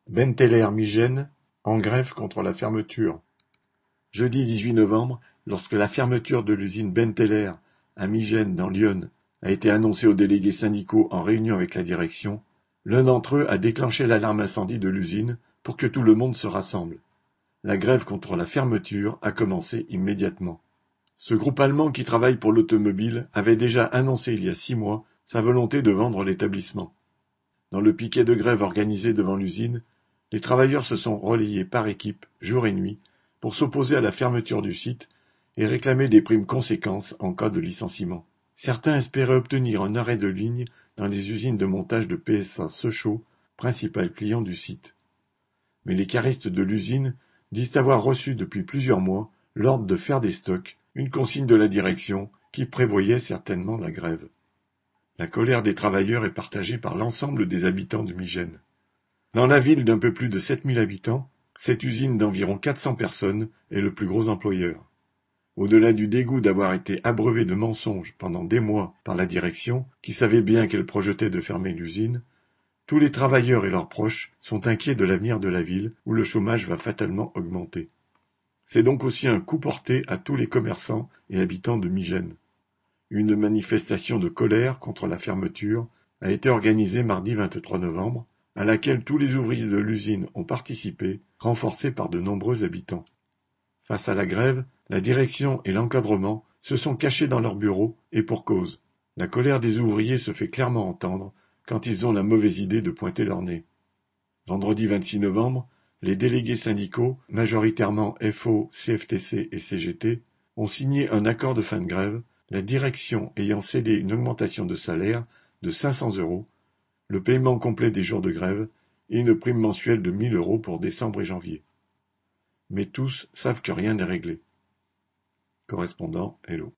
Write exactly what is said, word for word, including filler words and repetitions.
Benteler-Migène en grève contre la fermeture. Jeudi dix-huit novembre, lorsque la fermeture de l'usine Benteler à Migène dans l'Yonne a été annoncée aux délégués syndicaux en réunion avec la direction, l'un d'entre eux a déclenché l'alarme incendie de l'usine pour que tout le monde se rassemble. La grève contre la fermeture a commencé immédiatement. Ce groupe allemand qui travaille pour l'automobile avait déjà annoncé il y a six mois sa volonté de vendre l'établissement. Dans le piquet de grève organisé devant l'usine, les travailleurs se sont relayés par équipe, jour et nuit, pour s'opposer à la fermeture du site et réclamer des primes conséquentes en cas de licenciement. Certains espéraient obtenir un arrêt de ligne dans les usines de montage de P S A Sochaux, principal client du site. Mais les caristes de l'usine disent avoir reçu depuis plusieurs mois l'ordre de faire des stocks, une consigne de la direction qui prévoyait certainement la grève. La colère des travailleurs est partagée par l'ensemble des habitants de Migène. Dans la ville d'un peu plus de sept mille habitants, cette usine d'environ quatre cents personnes est le plus gros employeur. Au-delà du dégoût d'avoir été abreuvé de mensonges pendant des mois par la direction, qui savait bien qu'elle projetait de fermer l'usine, tous les travailleurs et leurs proches sont inquiets de l'avenir de la ville où le chômage va fatalement augmenter. C'est donc aussi un coup porté à tous les commerçants et habitants de Migène. Une manifestation de colère contre la fermeture a été organisée mardi vingt-trois novembre, à laquelle tous les ouvriers de l'usine ont participé, renforcés par de nombreux habitants. Face à la grève, la direction et l'encadrement se sont cachés dans leurs bureaux, et pour cause. La colère des ouvriers se fait clairement entendre quand ils ont la mauvaise idée de pointer leur nez. Vendredi vingt-six novembre, les délégués syndicaux, majoritairement F O, C F T C et C G T, ont signé un accord de fin de grève, la direction ayant cédé une augmentation de salaire de cinq cents euros, le paiement complet des jours de grève et une prime mensuelle de mille euros pour décembre et janvier. Mais tous savent que rien n'est réglé. Correspondant Hello.